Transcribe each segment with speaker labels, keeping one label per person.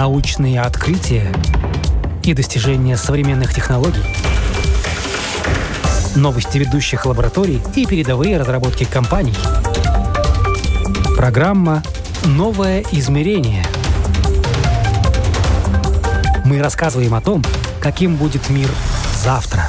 Speaker 1: научные открытия и достижения современных технологий, новости ведущих лабораторий и передовые разработки компаний. Программа «Новое измерение». Мы рассказываем о том, каким будет мир завтра.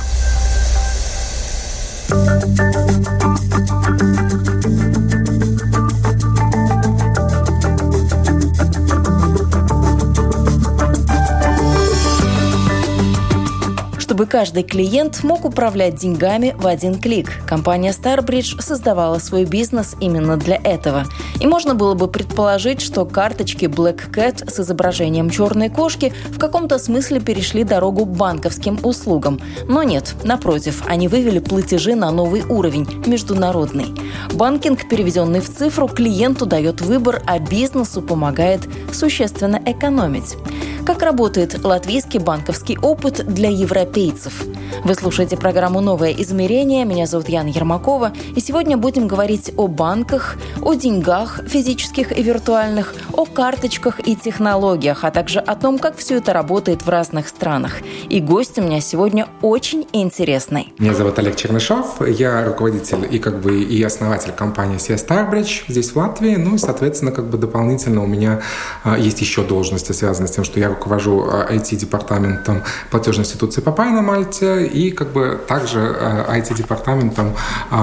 Speaker 2: Чтобы каждый клиент мог управлять деньгами в один клик, компания Starbridge создавала свой бизнес именно для этого. И можно было бы предположить, что карточки Black Cat с изображением черной кошки в каком-то смысле перешли дорогу банковским услугам. Но нет, напротив, они вывели платежи на новый уровень – международный. Банкинг, переведенный в цифру, клиенту дает выбор, а бизнесу помогает существенно экономить. Как работает латвийский банковский опыт для европейцев? Вы слушаете программу «Новое измерение». Меня зовут Яна Ермакова. И сегодня будем говорить о банках, о деньгах, физических и виртуальных, о карточках и технологиях, а также о том, как все это работает в разных странах. И гость у меня сегодня очень интересный.
Speaker 3: Меня зовут Олег Чернышов. Я руководитель и основатель компании Starbridge здесь, в Латвии. Ну и, соответственно, дополнительно у меня есть еще должности, связанные с тем, что я руковожу IT-департаментом платежной институции Папай на Мальте и также IT-департаментом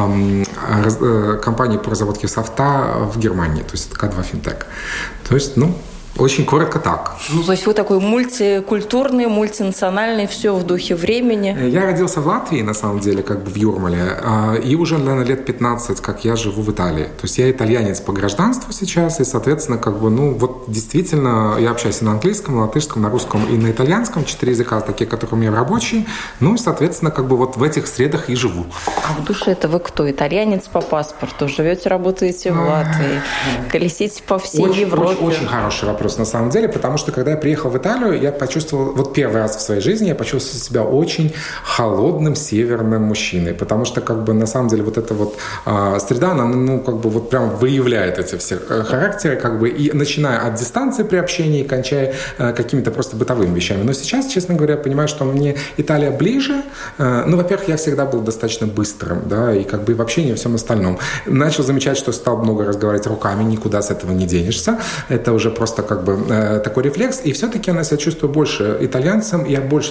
Speaker 3: компании по разработке софта в Германии, то есть это K2 Fintech. То есть, очень коротко так.
Speaker 2: То есть вы такой мультикультурный, мультинациональный, все в духе времени.
Speaker 3: Я родился в Латвии, на самом деле, в Юрмале, и уже, наверное, лет 15, как я живу в Италии. То есть я итальянец по гражданству сейчас, и, соответственно, действительно, я общаюсь и на английском, на латышском, на русском и на итальянском, 4 языка, такие, которые у меня рабочие, и, соответственно, в этих средах и живу.
Speaker 2: А в душе это вы кто? Итальянец по паспорту, живете, работаете в Латвии, колесите по всей Европе?
Speaker 3: Очень хороший вопрос. На самом деле, потому что, когда я приехал в Италию, я почувствовал, первый раз в своей жизни я почувствовал себя очень холодным северным мужчиной, потому что, на самом деле, среда, она, прям выявляет эти все характеры, и начиная от дистанции при общении, кончая какими-то просто бытовыми вещами. Но сейчас, честно говоря, я понимаю, что мне Италия ближе. Во-первых, я всегда был достаточно быстрым, да, и и в общении, и всем остальном. Начал замечать, что стал много разговаривать руками, никуда с этого не денешься. Это уже просто такой рефлекс, и все-таки я себя чувствую больше итальянцем, я больше,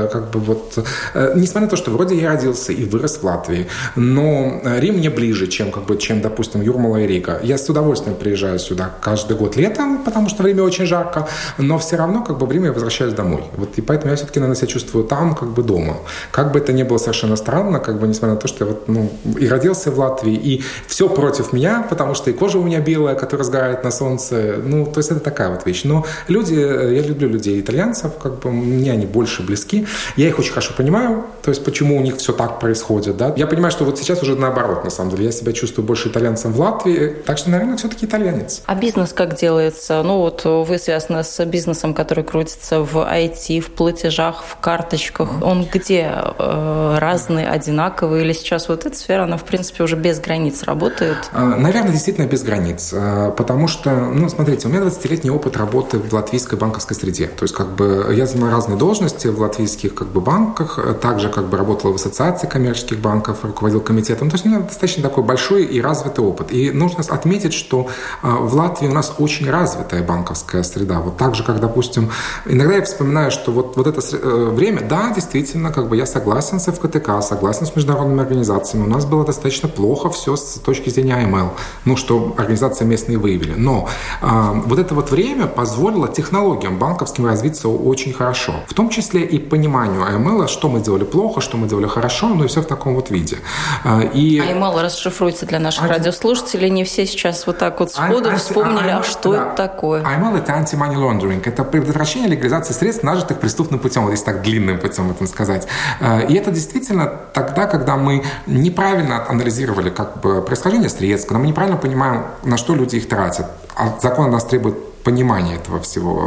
Speaker 3: несмотря на то, что вроде я родился и вырос в Латвии, но Рим мне ближе, чем, допустим, Юрмала и Рига. Я с удовольствием приезжаю сюда каждый год летом, потому что в Риме очень жарко, но все равно, в Риме я возвращаюсь домой. И поэтому я все-таки, наверное, себя чувствую там, дома. Как бы это ни было совершенно странно, несмотря на то, что я и родился в Латвии, и все против меня, потому что и кожа у меня белая, которая сгорает на солнце, то есть это такая вещь. Но люди, я люблю людей итальянцев, мне они больше близки. Я их очень хорошо понимаю, то есть почему у них все так происходит. Да? Я понимаю, что сейчас уже наоборот, на самом деле. Я себя чувствую больше итальянцем в Латвии, так что, наверное, все-таки итальянец.
Speaker 2: А бизнес как делается? Вы связаны с бизнесом, который крутится в IT, в платежах, в карточках. Он где? Разный, одинаковый? Или сейчас эта сфера, она, в принципе, уже без границ работает?
Speaker 3: Наверное, действительно без границ. Потому что, смотрите, у меня 20-летний опыт работы в латвийской банковской среде. То есть, я занимаю разные должности в латвийских банках, также работал в ассоциации коммерческих банков, руководил комитетом. То есть, у меня достаточно такой большой и развитый опыт. И нужно отметить, что в Латвии у нас очень развитая банковская среда. Так же, как, допустим, иногда я вспоминаю, что это время, да, действительно, я согласен с ФКТК, согласен с международными организациями. У нас было достаточно плохо все с точки зрения AML, что организации местные выявили. Но это время позволило технологиям банковским развиться очень хорошо. В том числе и пониманию AML, что мы делали плохо, что мы делали хорошо, и все в таком виде.
Speaker 2: AML расшифруется для наших радиослушателей. Не все сейчас сходу вспомнили, что это такое.
Speaker 3: AML – это anti-money laundering. Это предотвращение легализации средств, нажитых преступным путем, если так длинным путем этом сказать. И это действительно тогда, когда мы неправильно анализировали происхождение средств, когда мы неправильно понимаем, на что люди их тратят. А закон от нас требует понимание этого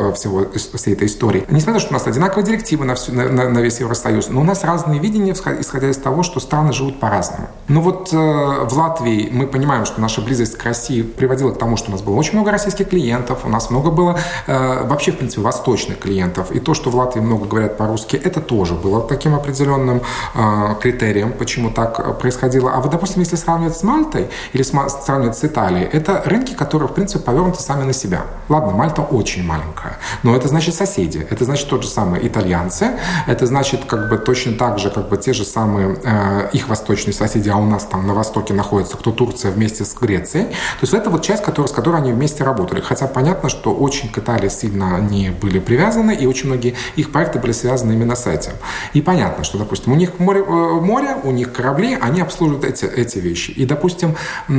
Speaker 3: всей этой истории. Несмотря на то, что у нас одинаковые директивы на весь Евросоюз, но у нас разные видения, исходя из того, что страны живут по-разному. Но вот в Латвии мы понимаем, что наша близость к России приводила к тому, что у нас было очень много российских клиентов, у нас много было вообще, в принципе, восточных клиентов. И то, что в Латвии много говорят по-русски, это тоже было таким определенным критерием, почему так происходило. А вот, допустим, если сравнивать с Мальтой или сравнивать с Италией, это рынки, которые, в принципе, повернуты сами на себя. Ладно, Мальта очень маленькая, но это значит соседи, это значит тот же самый итальянцы, это значит как бы точно так же, как бы те же самые их восточные соседи, а у нас там на востоке находится кто Турция вместе с Грецией. То есть это вот часть, с которой они вместе работали. Хотя понятно, что очень к Италии сильно они были привязаны, и очень многие их проекты были связаны именно с этим. И понятно, что, допустим, у них море, у них корабли, они обслуживают эти вещи. И, допустим,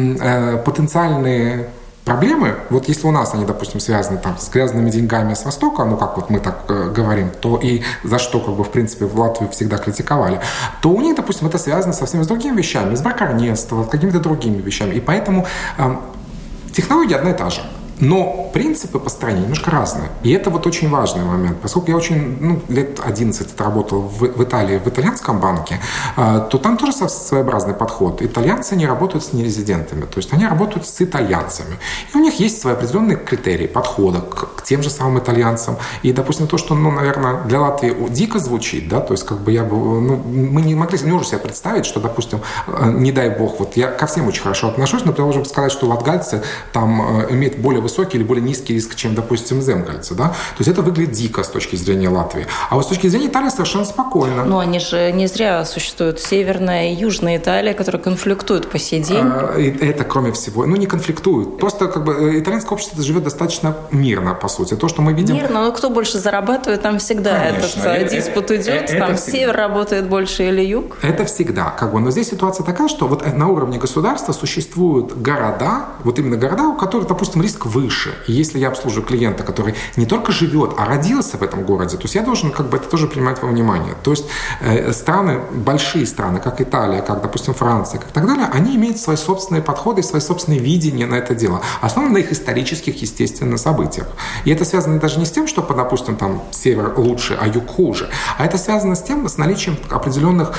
Speaker 3: потенциальные проблемы, вот если у нас они, допустим, связаны там с грязными деньгами с Востока, ну, как вот мы так говорим, то и за что, как бы, в принципе, в Латвию всегда критиковали, то у них, допустим, это связано совсем с другими вещами, с браконьерством, с какими-то другими вещами. И поэтому технология одна и та же. Но принципы построения немножко разные. И это вот очень важный момент. Поскольку я очень, лет 11 отработал в Италии, в итальянском банке, то там тоже своеобразный подход. Итальянцы не работают с нерезидентами, то есть они работают с итальянцами. И у них есть свои определенные критерии подхода к тем же самым итальянцам. И, допустим, то, что, наверное, для Латвии дико звучит, да, то есть как бы мы не можем себе представить, что, допустим, не дай бог, вот я ко всем очень хорошо отношусь, но я должен сказать, что латгальцы там имеют более высокий или более низкий риск, чем, допустим, земгальцы, да? То есть это выглядит дико с точки зрения Латвии. А вот с точки зрения Италии совершенно спокойно.
Speaker 2: Но они же не зря существуют Северная и Южная Италия, которые конфликтуют по сей день.
Speaker 3: Это, кроме всего, не конфликтуют. Просто как бы итальянское общество живет достаточно мирно, по сути. То, что мы видим...
Speaker 2: Мирно, но кто больше зарабатывает, там всегда этот диспут идет. Там север работает больше или юг.
Speaker 3: Это всегда. Но здесь ситуация такая, что вот на уровне государства существуют города, вот именно города, у которых, допустим, риск выше. И если я обслуживаю клиента, который не только живет, а родился в этом городе, то есть я должен это тоже принимать во внимание. То есть страны, большие страны, как Италия, как, допустим, Франция, как так далее, они имеют свои собственные подходы, свои собственные видения на это дело, основано на их исторических, естественно, событиях. И это связано даже не с тем, что, допустим, там север лучше, а юг хуже, а это связано с тем, с наличием определенных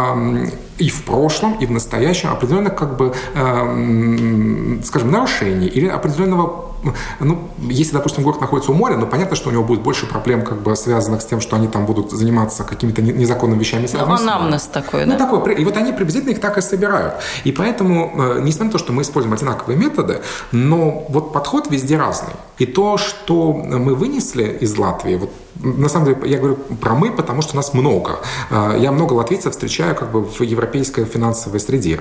Speaker 3: и в прошлом, и в настоящем определенных, скажем, нарушений или определенного. Если, допустим, город находится у моря, понятно, что у него будет больше проблем, связанных с тем, что они там будут заниматься какими-то незаконными вещами.
Speaker 2: Анамнез такой, да?
Speaker 3: Такой. И вот они приблизительно их так и собирают. И поэтому, несмотря на то, что мы используем одинаковые методы, но вот подход везде разный. И то, что мы вынесли из Латвии, вот на самом деле, я говорю про «мы», потому что нас много. Я много латвийцев встречаю в европейской финансовой среде.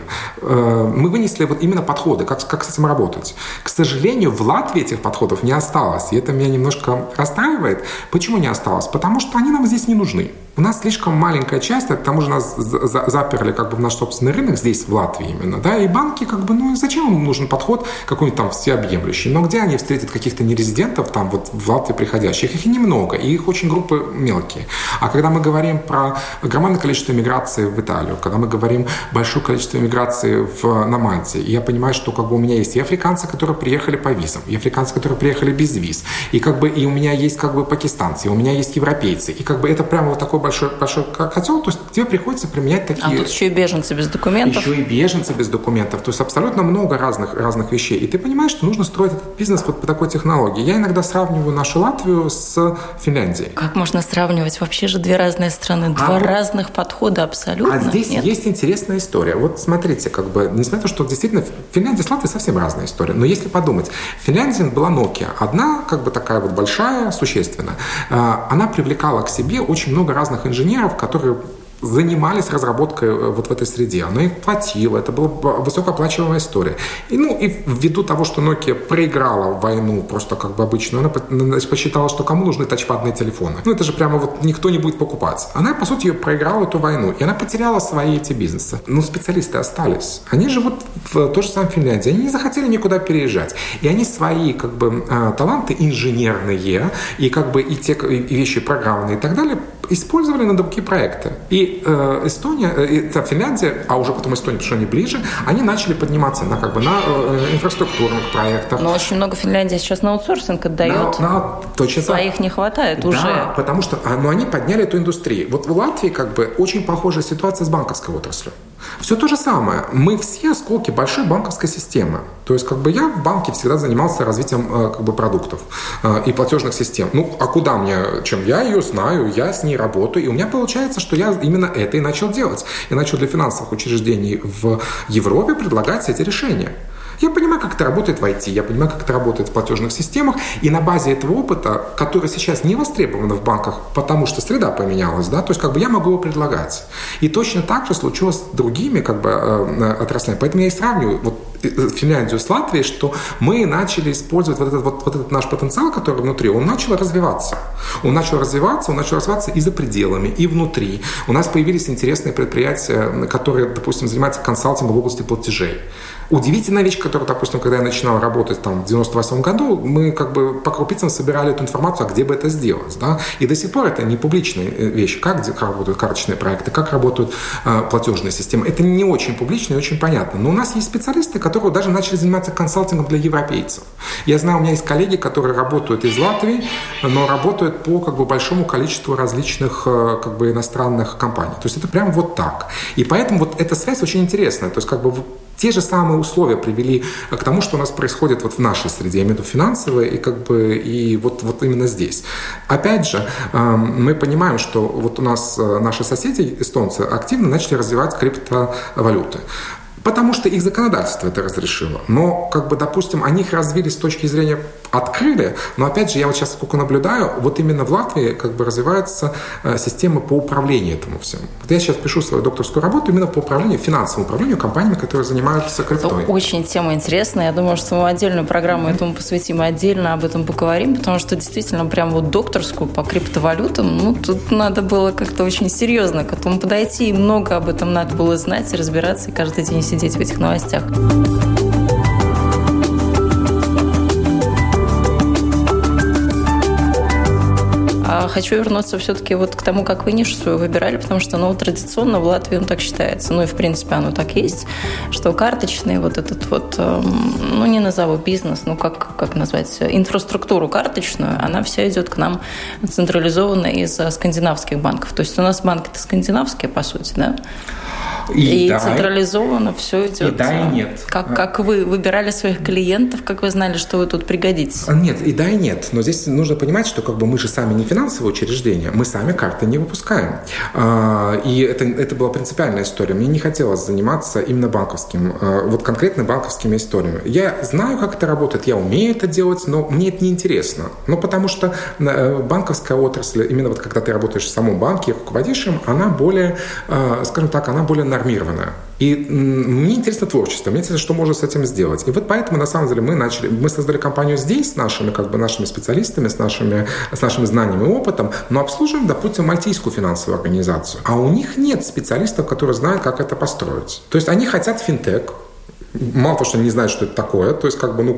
Speaker 3: Мы вынесли вот именно подходы, как с этим работать. К сожалению, в Латвии этих подходов не осталось, и это меня немножко расстраивает. Почему не осталось? Потому что они нам здесь не нужны. У нас слишком маленькая часть, к тому же нас заперли в наш собственный рынок здесь, в Латвии именно, да, и банки зачем им нужен подход какой-нибудь там всеобъемлющий? Но где они встретят каких-то нерезидентов там вот в Латвии приходящих? Их немного, и их очень группы мелкие. А когда мы говорим про огромное количество миграции в Италию, когда мы говорим большое количество миграции на Мальте, и я понимаю, что у меня есть и африканцы, которые приехали по визам, и африканцы, которые приехали без виз, и и у меня есть пакистанцы, и у меня есть европейцы, и это прямо вот такой большой котел, то есть тебе приходится применять такие...
Speaker 2: А тут еще и беженцы без документов.
Speaker 3: Еще и беженцы без документов. То есть абсолютно много разных вещей. И ты понимаешь, что нужно строить этот бизнес вот по такой технологии. Я иногда сравниваю нашу Латвию с Финляндией.
Speaker 2: Как можно сравнивать? Вообще же две разные страны, два разных подхода абсолютно.
Speaker 3: А здесь есть интересная история. Вот смотрите, несмотря на то, что действительно Финляндия с Латвией совсем разная история. Но если подумать, в Финляндии была Nokia. Одна, такая вот большая, существенная. Она привлекала к себе очень много разных инженеров, которые занимались разработкой вот в этой среде. Она их платила, это была высокооплачиваемая история. И ввиду того, что Nokia проиграла войну просто обычную, она посчитала, что кому нужны тачпадные телефоны. Это же прямо никто не будет покупать. Она, по сути, проиграла эту войну, и она потеряла свои эти бизнесы. Но специалисты остались. Они живут в той же самой Финляндии. Они не захотели никуда переезжать. И они свои таланты инженерные и те вещи программные и так далее использовали на другие проекты. И Финляндия, а уже потом Эстония, потому что они ближе, они начали подниматься на инфраструктурных проектах.
Speaker 2: Но очень много Финляндии сейчас на аутсорсинг отдает. Своих не хватает уже.
Speaker 3: Да, потому что они подняли эту индустрию. Вот в Латвии очень похожая ситуация с банковской отраслью. Все то же самое. Мы все осколки большой банковской системы. То есть я в банке всегда занимался развитием продуктов и платежных систем. А куда мне, чем я ее знаю, я с ней работаю. И у меня получается, что я именно это и начал делать. Я начал для финансовых учреждений в Европе предлагать эти решения. Я понимаю, как это работает в IT, я понимаю, как это работает в платежных системах, и на базе этого опыта, который сейчас не востребован в банках, потому что среда поменялась, да, то есть я могу его предлагать. И точно так же случилось с другими отраслями. Поэтому я и сравниваю Финляндию с Латвией, что мы начали использовать этот наш потенциал, который внутри, он начал развиваться. Он начал развиваться и за пределами, и внутри. У нас появились интересные предприятия, которые, допустим, занимаются консалтингом в области платежей. Удивительная вещь, которая, допустим, когда я начинал работать в 98 году, мы по крупицам собирали эту информацию, а где бы это сделать, да? И до сих пор это не публичные вещи, как работают карточные проекты, как работают платежные системы. Это не очень публично и очень понятно. Но у нас есть специалисты, которые даже начали заниматься консалтингом для европейцев. Я знаю, у меня есть коллеги, которые работают из Латвии, но работают по большому количеству различных иностранных компаний. То есть это прям так. И поэтому эта связь очень интересная. То есть те же самые условия привели к тому, что у нас происходит в нашей среде, я имею в виду финансовые, и именно здесь. Опять же, мы понимаем, что у нас наши соседи, эстонцы, активно начали развивать криптовалюты. Потому что их законодательство это разрешило. Но, допустим, они их развили с точки зрения открыли, но, опять же, я сейчас сколько наблюдаю, именно в Латвии развивается система по управлению этому всему. Я сейчас пишу свою докторскую работу именно по управлению, финансовому управлению компаниями, которые занимаются криптой.
Speaker 2: Это очень тема интересная. Я думаю, что мы отдельную программу этому посвятим и отдельно об этом поговорим, потому что действительно прям докторскую по криптовалютам, тут надо было как-то очень серьезно к этому подойти, и много об этом надо было знать и разбираться, и каждый день сидеть в этих новостях. Хочу вернуться все-таки к тому, как вы нишу свою выбирали, потому что, традиционно в Латвии так считается, и в принципе оно так есть, что карточный не назову бизнес, как назвать, инфраструктуру карточную, она вся идет к нам централизованно из скандинавских банков. То есть у нас банки-то скандинавские, по сути, да? И да, централизованно все идет.
Speaker 3: И да, и нет.
Speaker 2: Как вы выбирали своих клиентов, как вы знали, что вы тут пригодитесь?
Speaker 3: Нет, и да, и нет. Но здесь нужно понимать, что мы же сами не финансовое учреждение, мы сами карты не выпускаем. И это была принципиальная история. Мне не хотелось заниматься именно банковским, конкретно банковскими историями. Я знаю, как это работает, я умею это делать, но мне это не интересно. Потому что банковская отрасль, именно когда ты работаешь в самом банке, руководишь им, она более, скажем так, она более нормированная. И мне интересно творчество, мне интересно, что можно с этим сделать. И поэтому, на самом деле, мы создали компанию здесь с нашими специалистами, с нашими знаниями и опытом, но обслуживаем, допустим, мальтийскую финансовую организацию. А у них нет специалистов, которые знают, как это построить. То есть они хотят финтех, мало того, что они не знают, что это такое, то есть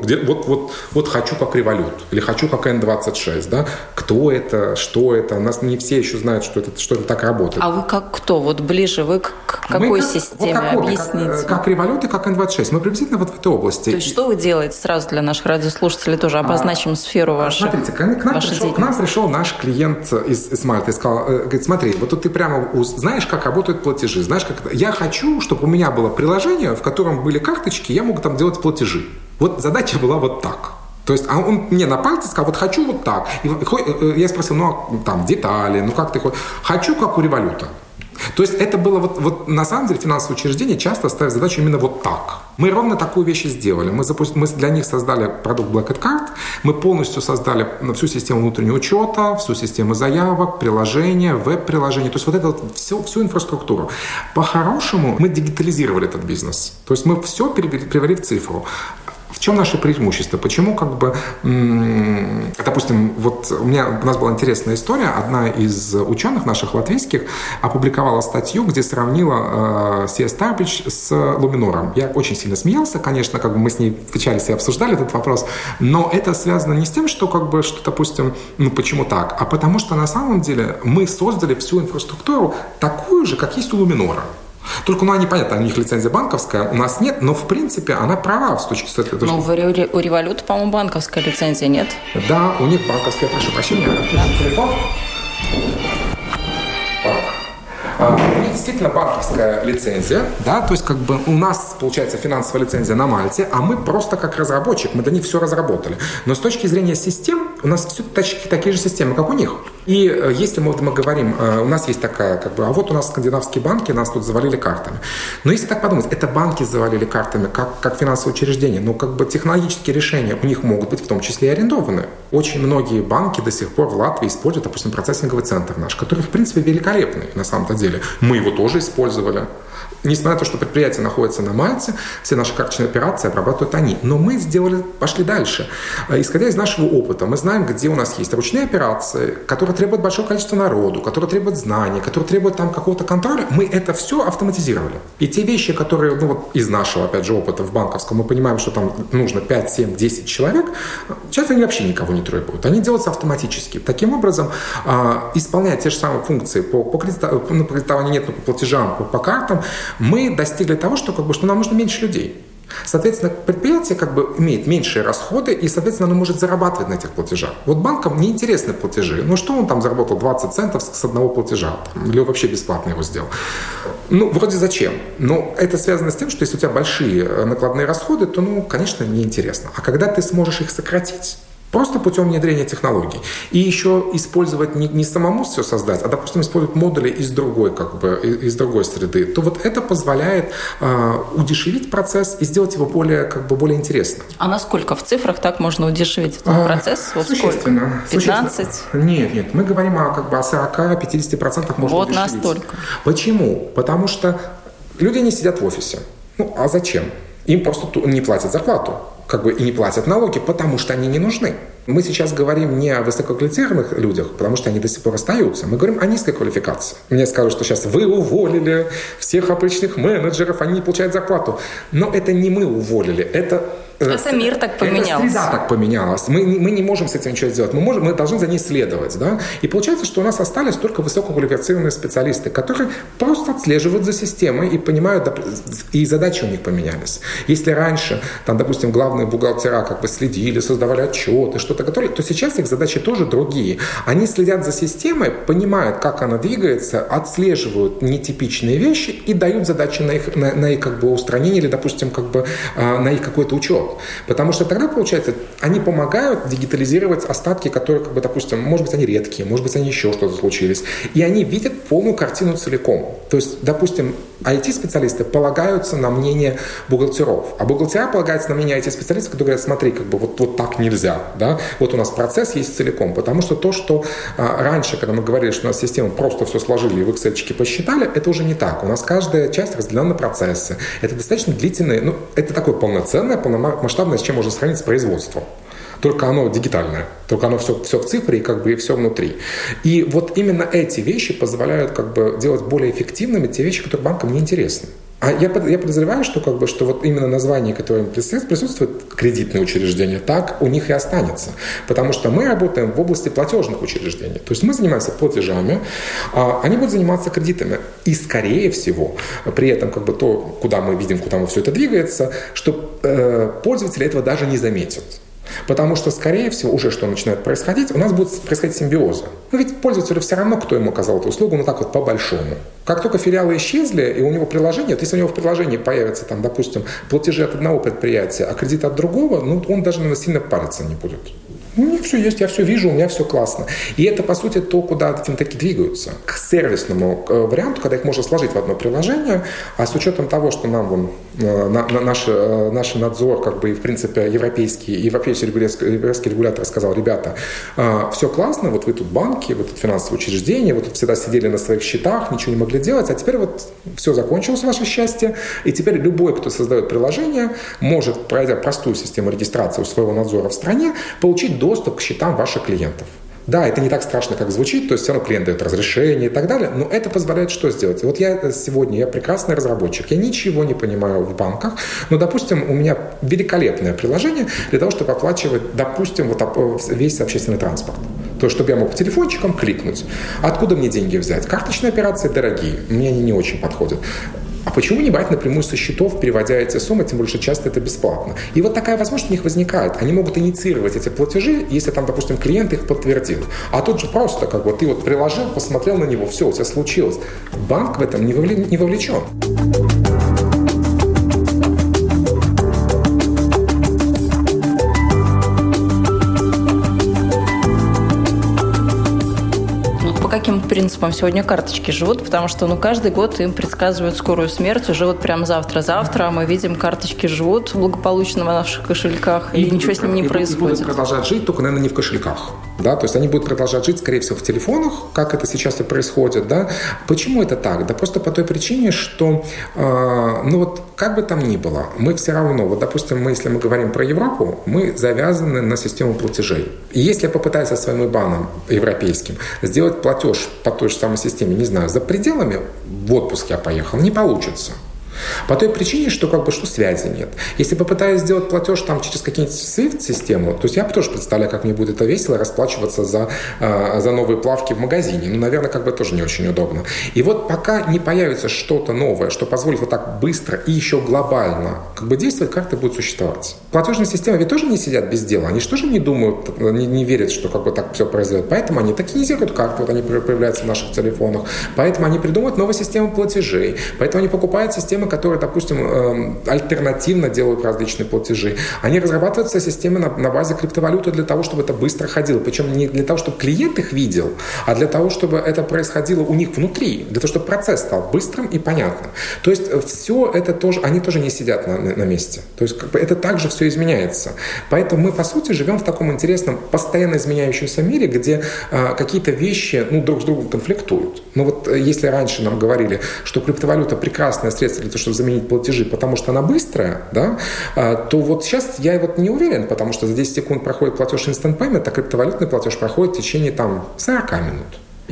Speaker 3: хочу как Revolut или хочу как N26, да? Кто это, что это? У нас не все еще знают, что это так работает.
Speaker 2: А вы как кто? Ближе вы к какой системе? Объясните.
Speaker 3: Как Revolut и как N26. Мы приблизительно в этой области.
Speaker 2: То есть что вы делаете сразу для наших радиослушателей? Тоже обозначим сферу вашей.
Speaker 3: Смотрите, к нам пришел наш клиент из Мальты и сказал, говорит, смотри, тут ты прямо знаешь, как работают платежи, знаешь, как это. Я хочу, чтобы у меня было приложение, в котором были карточки, я мог там делать платежи. Задача была так. То есть он мне на пальце сказал, хочу так. И я спросил, детали, как ты хочешь? Хочу, как у Революта. То есть это было на самом деле финансовые учреждения часто ставят задачу именно так. Мы ровно такую вещь и сделали. Мы для них создали продукт Black Card, мы полностью создали всю систему внутреннего учета, всю систему заявок, приложения, веб-приложения, то есть всю инфраструктуру. По-хорошему мы дигитализировали этот бизнес. То есть мы все перевели в цифру. В чем наше преимущество? Почему, допустим, вот у нас была интересная история. Одна из ученых наших латвийских опубликовала статью, где сравнила CS Starbridge с Luminor. Я очень сильно смеялся, конечно, мы с ней встречались и обсуждали этот вопрос, но это связано не с тем, что, допустим, почему так, а потому что на самом деле мы создали всю инфраструктуру такую же, как есть у Luminor. Только, непонятно, у них лицензия банковская, у нас нет, но, в принципе, она права с точки зрения...
Speaker 2: Но у Revolut, по-моему, банковская лицензия, нет?
Speaker 3: Да, у них банковская, прошу прощения, телефон. У них действительно банковская лицензия, да, то есть у нас, получается, финансовая лицензия на Мальте, а мы просто как разработчик, мы для них все разработали. Но с точки зрения систем, у нас все такие же системы, как у них. И если мы говорим, у нас есть такая, а вот у нас скандинавские банки нас тут завалили картами. Но если так подумать, это банки завалили картами, как финансовое учреждение, но технологические решения у них могут быть в том числе и арендованы. Очень многие банки до сих пор в Латвии используют, допустим, процессинговый центр наш, который, в принципе, великолепный на самом-то деле. Мы его тоже использовали. Несмотря на то, что предприятие находится на Мальте, все наши карточные операции обрабатывают они. Но мы пошли дальше. Исходя из нашего опыта, мы знаем, где у нас есть ручные операции, которые требуют большого количества народу, которые требуют знаний, которые требуют какого-то контроля. Мы это все автоматизировали. И те вещи, которые, из нашего, опять же, опыта в банковском, мы понимаем, что там нужно 5, 7, 10 человек, сейчас они вообще никого не требуют. Они делаются автоматически. Таким образом, исполняя те же самые функции по кредитованию нет, но по платежам, по картам, мы достигли того, что нам нужно меньше людей. Соответственно, предприятие имеет меньшие расходы, и, соответственно, оно может зарабатывать на этих платежах. Вот банкам неинтересны платежи. Что он там заработал 20 центов с одного платежа? Или вообще бесплатно его сделал? Вроде зачем? Но это связано с тем, что если у тебя большие накладные расходы, то, конечно, неинтересно. А когда ты сможешь их сократить, просто путем внедрения технологий. И еще использовать не самому все создать, а, допустим, использовать модули из другой среды, то это позволяет удешевить процесс и сделать его более интересным.
Speaker 2: А насколько в цифрах так можно удешевить этот процесс?
Speaker 3: Существенно.
Speaker 2: 15?
Speaker 3: Нет. Мы говорим о 40-50% можно удешевить.
Speaker 2: Настолько.
Speaker 3: Почему? Потому что люди не сидят в офисе. А зачем? Им просто не платят зарплату. И не платят налоги, потому что они не нужны. Мы сейчас говорим не о высококвалифицированных людях, потому что они до сих пор остаются. Мы говорим о низкой квалификации. Мне скажут, что сейчас вы уволили всех обычных менеджеров, они не получают зарплату. Но это не мы уволили, это
Speaker 2: мир так поменялся.
Speaker 3: Это среда так поменялась. Мы не можем с этим ничего сделать. Мы должны за ней следовать. Да? И получается, что у нас остались только высококвалифицированные специалисты, которые просто отслеживают за системой и понимают, и задачи у них поменялись. Если раньше, допустим, главные бухгалтера следили, создавали отчеты, что-то готовили, то сейчас их задачи тоже другие. Они следят за системой, понимают, как она двигается, отслеживают нетипичные вещи и дают задачи на их устранение или, допустим, на их какой-то учет. Потому что тогда, получается, они помогают дигитализировать остатки, которые, допустим, может быть, они редкие, может быть, они еще что-то случились. И они видят полную картину целиком. То есть, допустим, IT-специалисты полагаются на мнение бухгалтеров, а бухгалтера полагаются на мнение IT-специалистов, которые говорят, смотри, вот так нельзя. Да? Вот у нас процесс есть целиком. Потому что то, что раньше, когда мы говорили, что у нас систему просто все сложили и в Excel-чике посчитали, это уже не так. У нас каждая часть разделена на процессы. Это достаточно длительное, это такое полноценное, полномасштабное, с чем можно сравнить с производством. Только оно дигитальное, только оно все в цифре и все внутри. И вот именно эти вещи позволяют делать более эффективными те вещи, которые банкам не интересны. А я подозреваю, что вот именно название, которое присутствует, кредитные учреждения, так у них и останется. Потому что мы работаем в области платежных учреждений. То есть мы занимаемся платежами, а они будут заниматься кредитами. И, скорее всего, при этом то, куда мы видим, куда все это двигается, что пользователи этого даже не заметят. Потому что, скорее всего, уже что начинает происходить, у нас будет происходить симбиоза. Ведь пользователю все равно, кто ему оказал эту услугу, по-большому. Как только филиалы исчезли, и у него приложение, если у него в приложении появятся, допустим, платежи от одного предприятия, а кредит от другого, он даже, наверное, сильно париться не будет. У них все есть, я все вижу, у меня все классно. И это, по сути, то, куда финтеки двигаются. К сервисному варианту, когда их можно сложить в одно приложение, а с учетом того, что нам наш надзор, как бы, и, в принципе, европейский регулятор сказал: ребята, все классно, вот вы тут банки, вы тут финансовые учреждения, вы тут всегда сидели на своих счетах, ничего не могли делать, а теперь вот все закончилось, ваше счастье, и теперь любой, кто создает приложение, может, пройдя простую систему регистрации у своего надзора в стране, получить доступ к счетам ваших клиентов. Да, это не так страшно, как звучит, то есть все равно клиент дает разрешение и так далее, но это позволяет что сделать? Вот я прекрасный разработчик, я ничего не понимаю в банках, но, допустим, у меня великолепное приложение для того, чтобы оплачивать, допустим, весь общественный транспорт. То есть, чтобы я мог телефончиком кликнуть. Откуда мне деньги взять? Карточные операции дорогие, мне они не очень подходят. А почему не брать напрямую со счетов, переводя эти суммы, тем более, что часто это бесплатно? И вот такая возможность у них возникает. Они могут инициировать эти платежи, если там, допустим, клиент их подтвердил. А тут же просто, как бы, ты вот приложил, посмотрел на него, все, у тебя случилось. Банк в этом не вовлечен.
Speaker 2: Каким принципом сегодня карточки живут? Потому что каждый год им предсказывают скорую смерть, уже вот прям завтра, а мы видим, карточки живут благополучно в наших кошельках, и ничего с ним не происходит.
Speaker 3: Будут продолжать жить, только, наверное, не в кошельках. Да? То есть они будут продолжать жить, скорее всего, в телефонах, как это сейчас и происходит. Да? Почему это так? Да просто по той причине, что как бы там ни было, мы все равно, допустим, если мы говорим про Европу, мы завязаны на систему платежей. И если я попытаюсь со своим ИБАНом европейским сделать платеж по той же самой системе, не знаю, за пределами, в отпуск я поехал, не получится. По той причине, что что связи нет. Если попытаюсь сделать платеж там через какие-нибудь SWIFT-систему, то есть я тоже представляю, как мне будет это весело расплачиваться за новые плавки в магазине. Наверное, тоже не очень удобно. И вот пока не появится что-то новое, что позволит вот так быстро и еще глобально действовать, карты будут существовать. Платежные системы ведь тоже не сидят без дела. Они же тоже не думают, не верят, что так все произойдет. Поэтому они токенизируют карты, вот они появляются в наших телефонах. Поэтому они придумывают новые системы платежей. Поэтому они покупают системы, которые, допустим, альтернативно делают различные платежи. Они разрабатывают системы на базе криптовалюты для того, чтобы это быстро ходило. Причем не для того, чтобы клиент их видел, а для того, чтобы это происходило у них внутри, для того, чтобы процесс стал быстрым и понятным. То есть все это тоже, они тоже не сидят на месте. То есть это также все изменяется. Поэтому мы, по сути, живем в таком интересном, постоянно изменяющемся мире, где какие-то вещи друг с другом конфликтуют. Но вот если раньше нам говорили, что криптовалюта прекрасное средство для того, чтобы заменить платежи, потому что она быстрая, да, то вот сейчас я не уверен, потому что за 10 секунд проходит платеж Instant Payment, а криптовалютный платеж проходит в течение 40 минут.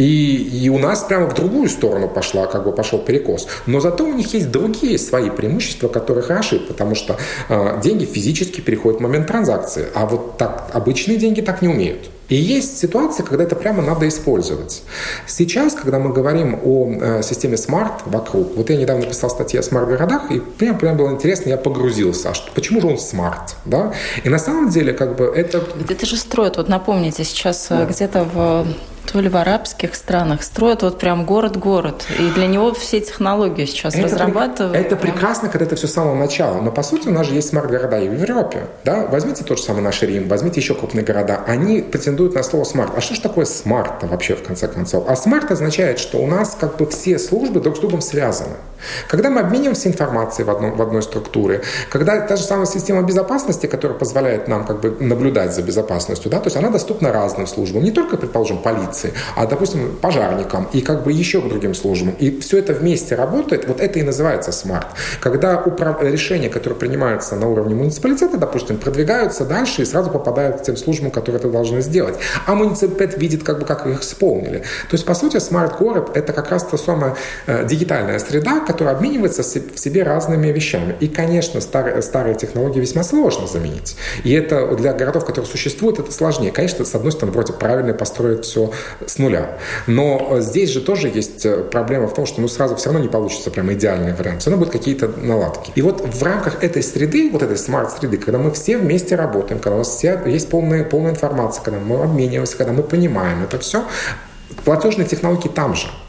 Speaker 3: И у нас прямо в другую сторону пошел перекос. Но зато у них есть другие свои преимущества, которые хороши, потому что деньги физически переходят в момент транзакции, а вот так обычные деньги так не умеют. И есть ситуации, когда это прямо надо использовать. Сейчас, когда мы говорим о системе Smart вокруг, вот я недавно писал статьи о смарт-городах, и прям было интересно, я погрузился, почему же он смарт, да? И на самом деле, это...
Speaker 2: Где-то же строят, напомните, сейчас где-то то ли в арабских странах строят прям город-город. И для него все технологии сейчас разрабатывают.
Speaker 3: Это прекрасно, когда это все с самого начала. Но, по сути, у нас же есть смарт-города и в Европе. Да? Возьмите тот же самый наш Рим, возьмите еще крупные города. Они претендуют на слово смарт. А что же такое смарт вообще, в конце концов? А смарт означает, что у нас все службы друг с другом связаны. Когда мы обмениваемся информацией в одной структуре, когда та же самая система безопасности, которая позволяет нам наблюдать за безопасностью, да, то есть она доступна разным службам, не только, предположим, полиции, а, допустим, пожарникам и еще к другим службам. И все это вместе работает, вот это и называется смарт. Когда решения, которые принимаются на уровне муниципалитета, допустим, продвигаются дальше и сразу попадают к тем службам, которые это должны сделать. А муниципалитет видит, как их исполнили. То есть, по сути, смарт-город – это как раз та самая дигитальная среда, которая обменивается в себе разными вещами. И, конечно, старые технологии весьма сложно заменить. И это для городов, которые существуют, это сложнее. Конечно, с одной стороны, вроде правильно построить все с нуля. Но здесь же тоже есть проблема в том, что сразу все равно не получится прям идеальный вариант. Все равно будут какие-то наладки. И вот в рамках этой среды, этой смарт-среды, когда мы все вместе работаем, когда у нас все есть полная информация, когда мы обмениваемся, когда мы понимаем это все, платежные технологии там же.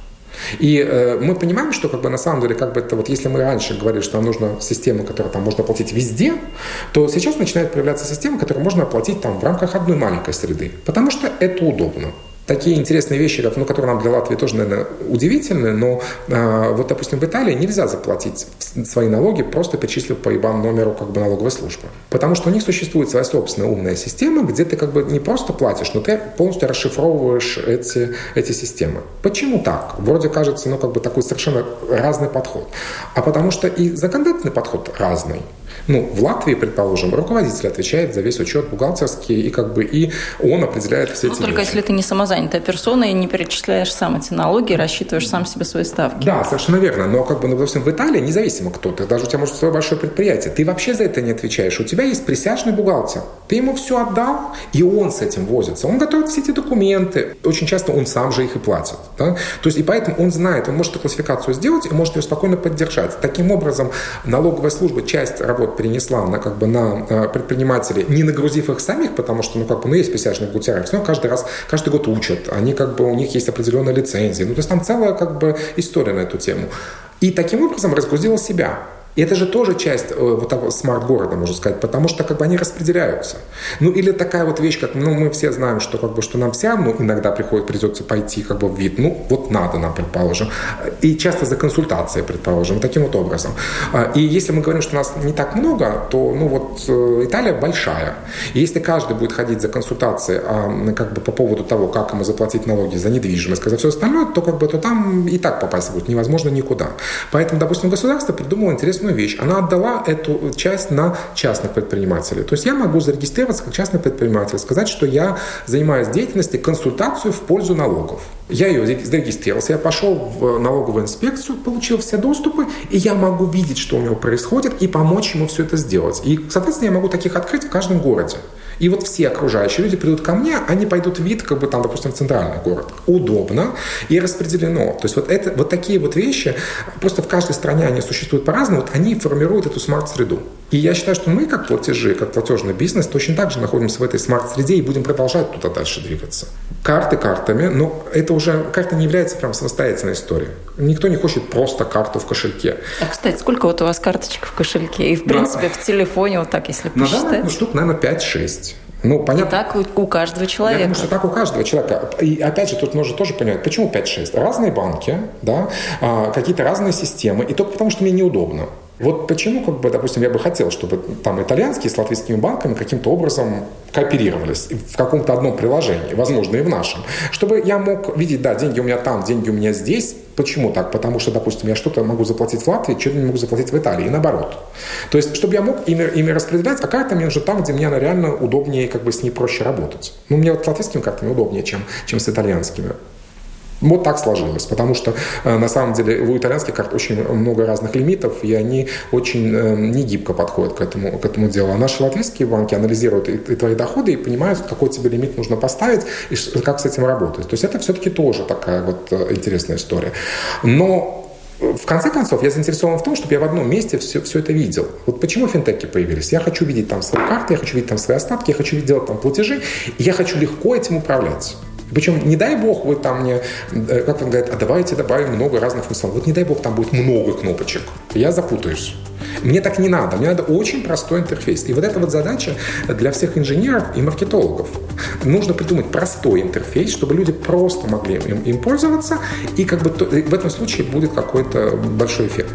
Speaker 3: И мы понимаем, что как бы, на самом деле, как бы, это вот, если мы раньше говорили, что нам нужна система, которую там можно оплатить везде, то сейчас начинает появляться система, которую можно оплатить там, в рамках одной маленькой среды, потому что это удобно. Такие интересные вещи, которые нам для Латвии тоже, наверное, удивительны, но вот, допустим, в Италии нельзя заплатить свои налоги, просто перечислив по IBAN номеру как бы налоговой службы. Потому что у них существует своя собственная умная система, где ты как бы не просто платишь, но ты полностью расшифровываешь эти системы. Почему так? Вроде кажется, как бы такой совершенно разный подход. А потому что и законодательный подход разный. В Латвии, предположим, руководитель отвечает за весь учет бухгалтерский, и как бы и он определяет все эти
Speaker 2: только
Speaker 3: вещи.
Speaker 2: Если ты не самозанятая персона и не перечисляешь сам эти налоги, рассчитываешь сам себе свои ставки.
Speaker 3: Да, совершенно верно. Но как бы, допустим, в Италии, независимо кто ты, даже у тебя может свое большое предприятие, ты вообще за это не отвечаешь. У тебя есть присяжный бухгалтер. Ты ему все отдал, и он с этим возится. Он готовит все эти документы. Очень часто он сам же их и платит. Да? То есть, и поэтому он знает, он может эту классификацию сделать и может ее спокойно поддержать. Таким образом, налоговая служба часть работ перенесла на предпринимателей, не нагрузив их самих, потому что есть присяжные бухгалтера, все равно каждый год учат, они у них есть определенная лицензия, то есть там целая история на эту тему. И таким образом разгрузила себя. И это же тоже часть вот того смарт-города, можно сказать, потому что они распределяются. Или такая вот вещь, как мы все знаем, что что нам все равно иногда придется пойти в ВИД. Вот надо нам, предположим. И часто за консультацией, предположим, таким вот образом. И если мы говорим, что нас не так много, то Италия большая. И если каждый будет ходить за консультацией по поводу того, как ему заплатить налоги за недвижимость, за все остальное, то там и так попасть будет невозможно никуда. Поэтому, допустим, государство придумало интересную вещь. Она отдала эту часть на частных предпринимателей. То есть я могу зарегистрироваться как частный предприниматель, сказать, что я занимаюсь деятельностью консультацию в пользу налогов. Я ее зарегистрировался, я пошел в налоговую инспекцию, получил все доступы, и я могу видеть, что у него происходит, и помочь ему все это сделать. И, соответственно, я могу таких открыть в каждом городе. И все окружающие люди придут ко мне, они пойдут в ВИД, допустим, в центральный город. Удобно и распределено. То есть такие вещи, просто в каждой стране они существуют по-разному, они формируют эту смарт-среду. И я считаю, что мы, как платежный бизнес, точно так же находимся в этой смарт-среде и будем продолжать туда дальше двигаться. Карты картами, но это уже карта не является прям самостоятельной историей. Никто не хочет просто карту в кошельке.
Speaker 2: А, кстати, сколько у вас карточек в кошельке? И, в принципе, в телефоне, если посчитать?
Speaker 3: Штук, наверное, 5-6. Понятно.
Speaker 2: И так у каждого человека.
Speaker 3: Я думаю, что так у каждого человека. И опять же, тут нужно тоже понимать, почему 5-6. Разные банки, да, какие-то разные системы. И только потому, что мне неудобно. Почему, допустим, я бы хотел, чтобы итальянские с латвийскими банками каким-то образом кооперировались в каком-то одном приложении, возможно, и в нашем. Чтобы я мог видеть, деньги у меня там, деньги у меня здесь. Почему так? Потому что, допустим, я что-то могу заплатить в Латвии, что-то не могу заплатить в Италии, и наоборот. То есть, чтобы я мог ими распределять, а карта мне нужна там, где мне она реально удобнее, с ней проще работать. Мне с латвийскими картами удобнее, чем с итальянскими. Вот так сложилось, потому что на самом деле у итальянских карт очень много разных лимитов, и они очень не гибко подходят к этому делу. А наши латвийские банки анализируют и твои доходы и понимают, какой тебе лимит нужно поставить и как с этим работать. То есть это все-таки тоже такая интересная история. Но в конце концов, я заинтересован в том, чтобы я в одном месте все это видел. Почему финтеки появились? Я хочу видеть там свои карты, я хочу видеть там свои остатки, я хочу делать там платежи, и я хочу легко этим управлять. Причем, не дай бог, вы там мне, как он говорит, давайте добавим много разных функционалов. Не дай бог, там будет много кнопочек. Я запутаюсь. Мне так не надо. Мне надо очень простой интерфейс. И это задача для всех инженеров и маркетологов. Нужно придумать простой интерфейс, чтобы люди просто могли им пользоваться. И в этом случае будет какой-то большой эффект.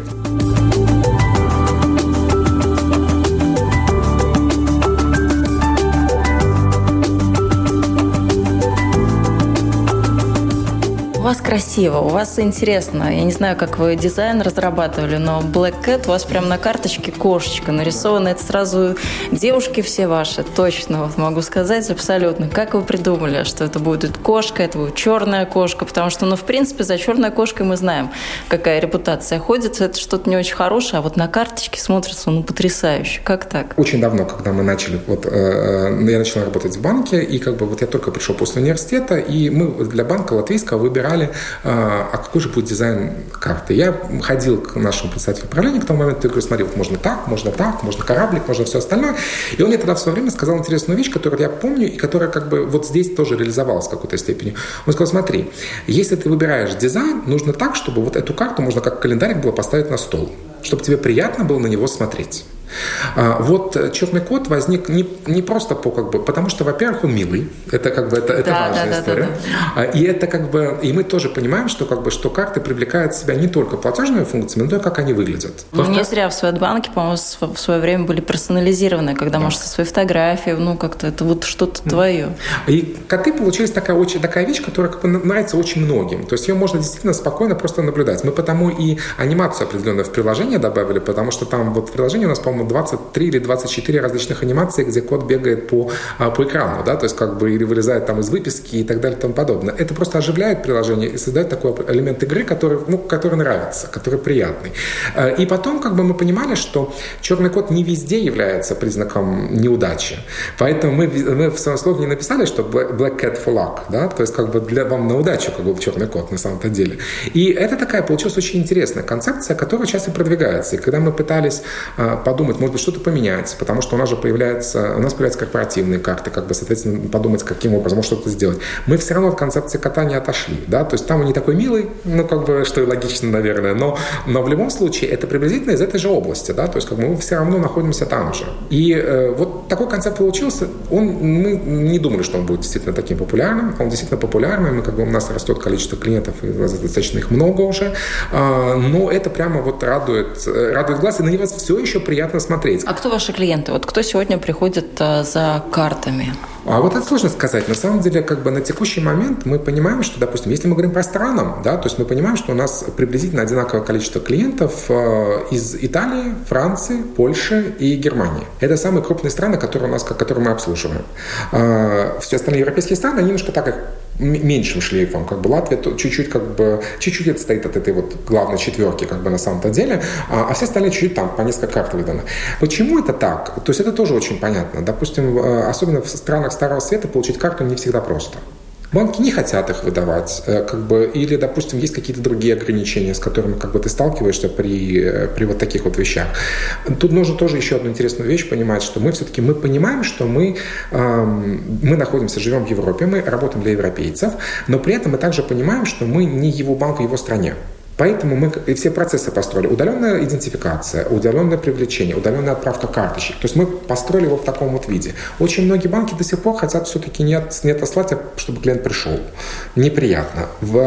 Speaker 2: У вас красиво, у вас интересно. Я не знаю, как вы дизайн разрабатывали, но Black Cat у вас прям на карточке кошечка нарисована. Это сразу девушки все ваши, точно, могу сказать абсолютно. Как вы придумали, что это будет кошка, это будет черная кошка? Потому что, в принципе, за черной кошкой мы знаем, какая репутация ходит. Это что-то не очень хорошее, а на карточке смотрится, потрясающе. Как так?
Speaker 3: Очень давно, когда мы начали, я начал работать в банке, и я только пришел после университета, и мы для банка латвийского выбирали а какой же будет дизайн карты? Я ходил к нашему представителю управления к тому моменту, и говорю, смотри, вот можно так, можно кораблик, можно все остальное. И он мне тогда в свое время сказал интересную вещь, которую я помню, и которая как бы вот здесь тоже реализовалась в какой-то степени. Он сказал, смотри, если ты выбираешь дизайн, нужно так, чтобы вот эту карту можно как календарик было поставить на стол, чтобы тебе приятно было на него смотреть. Вот черный кот возник не просто потому что, во-первых, он милый, это важная история, и это и мы тоже понимаем, что карты привлекают себя не только платежными функциями, но и то, как они выглядят.
Speaker 2: Не зря в Swedbank, по-моему, в свое время были персонализированы, когда можешь со своей фотографией, как-то это вот что-то твое.
Speaker 3: И коты получились такая вещь, которая нравится очень многим. То есть ее можно действительно спокойно просто наблюдать. Мы потому и анимацию определенную в приложение добавили, потому что там вот в приложении у нас, по-моему, 23 или 24 различных анимации, где кот бегает по экрану, да, то есть или вылезает там из выписки и так далее и тому подобное. Это просто оживляет приложение и создает такой элемент игры, который нравится, который приятный. И потом мы понимали, что черный кот не везде является признаком неудачи. Поэтому мы в своем слогане написали, что black cat for luck, да, то есть для вам на удачу черный кот на самом-то деле. И это такая получилась очень интересная концепция, которая часто продвигается. И когда мы пытались подумать, может быть, что-то поменять, потому что у нас появляются корпоративные карты, соответственно, подумать, каким образом может что-то сделать. Мы все равно от концепции кота не отошли, да, то есть там он не такой милый, что и логично, наверное, но в любом случае это приблизительно из этой же области, да, то есть мы все равно находимся там же. И вот такой концепт получился, мы не думали, что он будет действительно таким популярным, он действительно популярный, у нас растет количество клиентов, и достаточно их много уже, но это прямо радует глаз, и на него все еще приятно смотреть.
Speaker 2: А кто ваши клиенты? Вот кто сегодня приходит за картами?
Speaker 3: А вот это сложно сказать. На самом деле, на текущий момент мы понимаем, что, допустим, если мы говорим про страны, да, то есть мы понимаем, что у нас приблизительно одинаковое количество клиентов из Италии, Франции, Польши и Германии. Это самые крупные страны, которые мы обслуживаем. Все остальные европейские страны, они немножко так меньшим шлейфом, Латвия чуть-чуть отстоит от этой главной четверки, на самом-то деле, а все остальные чуть-чуть там по несколько карт выдано. Почему это так? То есть это тоже очень понятно. Допустим, особенно в странах Старого Света получить карту не всегда просто. Банки не хотят их выдавать, или, допустим, есть какие-то другие ограничения, с которыми ты сталкиваешься при вот таких вот вещах. Тут нужно тоже еще одну интересную вещь понимать, что мы понимаем, что мы живем в Европе, мы работаем для европейцев, но при этом мы также понимаем, что мы не его банк в его стране. Поэтому мы и все процессы построили. Удаленная идентификация, удаленное привлечение, удаленная отправка карточек. То есть мы построили его в таком вот виде. Очень многие банки до сих пор хотят все-таки не отослать, чтобы клиент пришел. Неприятно.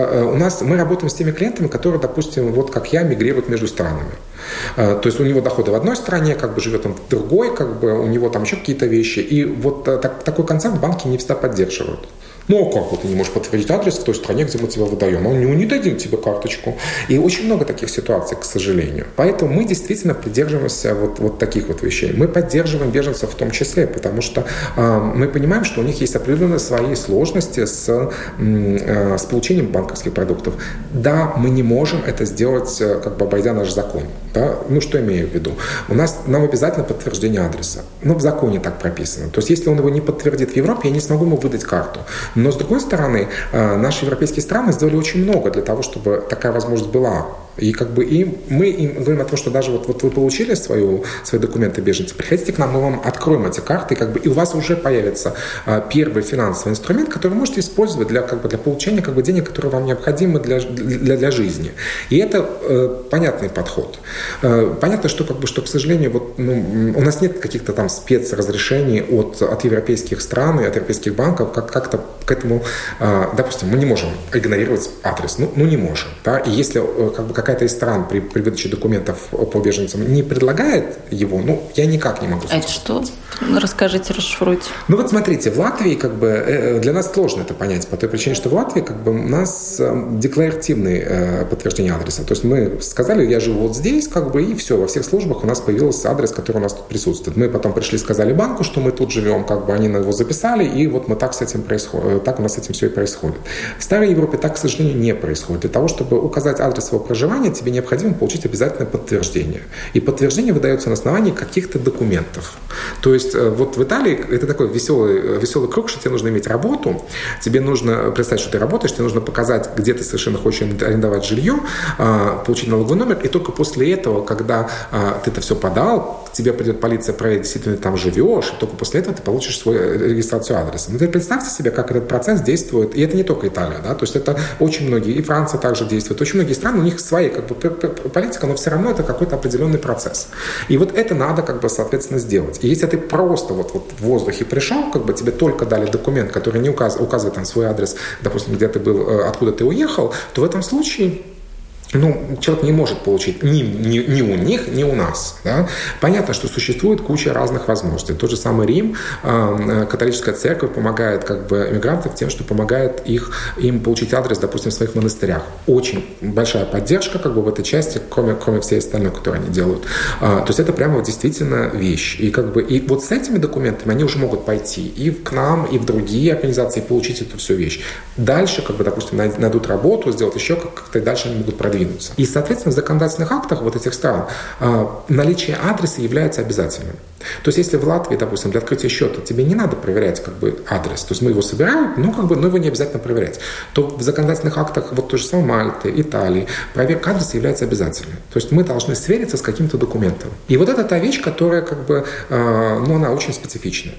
Speaker 3: Мы работаем с теми клиентами, которые, допустим, как я, мигрируют между странами. То есть у него доходы в одной стране, живет он в другой, у него там еще какие-то вещи. И такой концепт банки не всегда поддерживают. Ты не можешь подтвердить адрес в той стране, где мы тебя выдаем? Не дадим тебе карточку. И очень много таких ситуаций, к сожалению. Поэтому мы действительно придерживаемся вот таких вот вещей. Мы поддерживаем беженцев в том числе, потому что мы понимаем, что у них есть определенные свои сложности с получением банковских продуктов. Да, мы не можем это сделать, обойдя наш закон. Да? Что имею в виду? Нам обязательно подтверждение адреса. В законе так прописано. То есть, если он его не подтвердит в Европе, я не смогу ему выдать карту. Но, с другой стороны, наши европейские страны сделали очень много для того, чтобы такая возможность была. И мы им говорим о том, что даже вы получили свои документы беженца, приходите к нам, мы вам откроем эти карты, и у вас уже появится первый финансовый инструмент, который вы можете использовать для получения денег, которые вам необходимы для жизни. И это понятный подход. Понятно, что, к сожалению, у нас нет каких-то там спецразрешений от европейских стран и от европейских банков, как-то к этому, допустим, мы не можем игнорировать адрес, не можем. Да? И если какая-то из стран при выдаче документов по беженцам не предлагает его, я никак не могу сказать.
Speaker 2: А это что? Расскажите, расшифруйте.
Speaker 3: Смотрите, в Латвии для нас сложно это понять, по той причине, что в Латвии у нас декларативное подтверждение адреса. То есть мы сказали, я живу вот здесь, и все, во всех службах у нас появился адрес, который у нас тут присутствует. Мы потом пришли, сказали банку, что мы тут живем, они на его записали, и мы так с этим происходит, так у нас с этим все и происходит. В Старой Европе так, к сожалению, не происходит. Для того, чтобы указать адрес своего проживания, проживания тебе необходимо получить обязательное подтверждение. И подтверждение выдается на основании каких-то документов. То есть вот в Италии это такой веселый круг, что тебе нужно иметь работу, тебе нужно представить, что ты работаешь, тебе нужно показать, где ты совершенно хочешь арендовать жилье, получить налоговый номер, и только после этого, когда ты это все подал, к тебе придет полиция проверить, действительно ты там живешь, и только после этого ты получишь свою регистрацию адреса. Ну, представьте себе, как этот процесс действует, и это не только Италия, да, то есть это очень многие, и Франция также действует, очень многие страны, у них свои как бы политика, но все равно это какой-то определенный процесс. И вот это надо как бы, соответственно, сделать. И если ты просто вот в воздухе пришел, как бы тебе только дали документ, который не указывает там свой адрес, допустим, где ты был, откуда ты уехал, то в этом случае человек не может получить ни у них, ни у нас. Да? Понятно, что существует куча разных возможностей. Тот же самый Рим, католическая церковь помогает как бы эмигрантам тем, что помогает им получить адрес, допустим, в своих монастырях. Очень большая поддержка как бы в этой части, кроме всей остальной, которую они делают. То есть это прямо действительно вещь. И вот с этими документами они уже могут пойти и к нам, и в другие организации, и получить эту всю вещь. Дальше, как бы, допустим, найдут работу, сделать еще как-то, и дальше они могут продвинуться. И, соответственно, в законодательных актах вот этих стран наличие адреса является обязательным. То есть, если в Латвии, допустим, для открытия счета тебе не надо проверять как бы адрес, то есть мы его собираем, но его не обязательно проверять, то в законодательных актах вот то же самое Мальты, Италии, проверка адреса является обязательной. То есть мы должны свериться с каким-то документом. И вот это та вещь, которая как бы, она очень специфичная.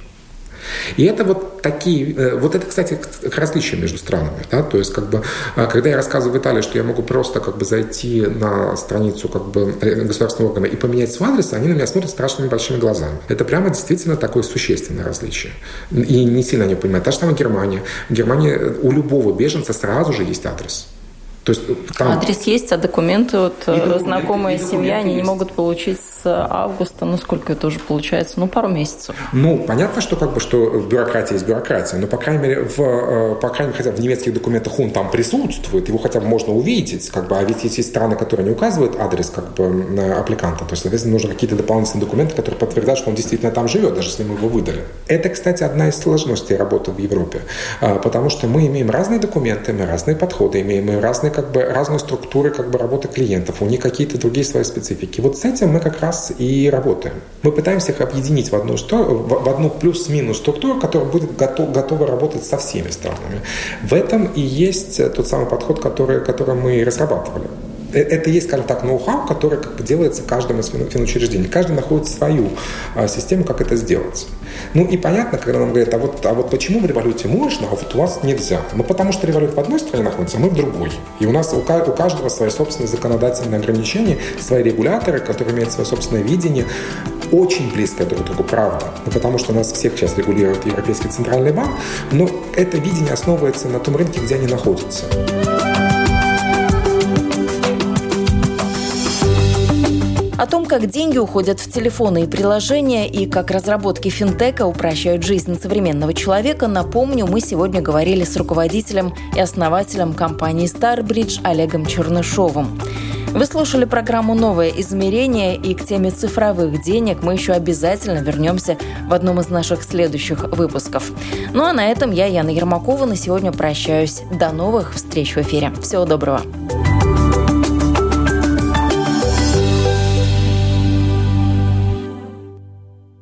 Speaker 3: И это вот такие, вот это, кстати, к различиям между странами, да, то есть как бы, когда я рассказываю в Италии, что я могу просто как бы зайти на страницу как бы государственного органа и поменять свой адрес, они на меня смотрят страшными большими глазами. Это прямо действительно такое существенное различие. И не сильно они понимают. Та же самая Германия. В Германии у любого беженца сразу же есть адрес. То есть, там...
Speaker 4: Адрес есть, а документы, знакомая семья, они не могут получить с августа, сколько это уже получается, пару месяцев.
Speaker 3: Понятно, что что бюрократия есть бюрократия, но, по крайней мере, хотя в немецких документах он там присутствует, его хотя бы можно увидеть, а ведь есть страны, которые не указывают адрес аппликанта, то есть, соответственно, нужны какие-то дополнительные документы, которые подтверждают, что он действительно там живет, даже если мы его выдали. Это, кстати, одна из сложностей работы в Европе, потому что мы имеем разные документы, мы разные подходы, имеем разные структуры работы клиентов, у них какие-то другие свои специфики. Вот с этим мы как раз и работаем. Мы пытаемся их объединить в одну плюс-минус структуру, которая будет готова работать со всеми странами. В этом и есть тот самый подход, который мы разрабатывали. Это есть, скажем так, ноу-хау, который делается каждым из финучреждений. Каждый находит свою систему, как это сделать. И понятно, когда нам говорят, а вот почему в Революте можно, а вот у вас нельзя? Потому что Револют в одной стране находится, а мы в другой. И у нас у каждого свои собственные законодательные ограничения, свои регуляторы, которые имеют свое собственное видение, очень близкое друг к другу, правда. Потому что нас всех сейчас регулирует Европейский центральный банк, но это видение основывается на том рынке, где они находятся.
Speaker 2: О том, как деньги уходят в телефоны и приложения, и как разработки финтека упрощают жизнь современного человека, напомню, мы сегодня говорили с руководителем и основателем компании StarBridge Олегом Чернышовым. Вы слушали программу «Новое измерение», и к теме цифровых денег мы еще обязательно вернемся в одном из наших следующих выпусков. А на этом я, Яна Ермакова, на сегодня прощаюсь. До новых встреч в эфире. Всего доброго.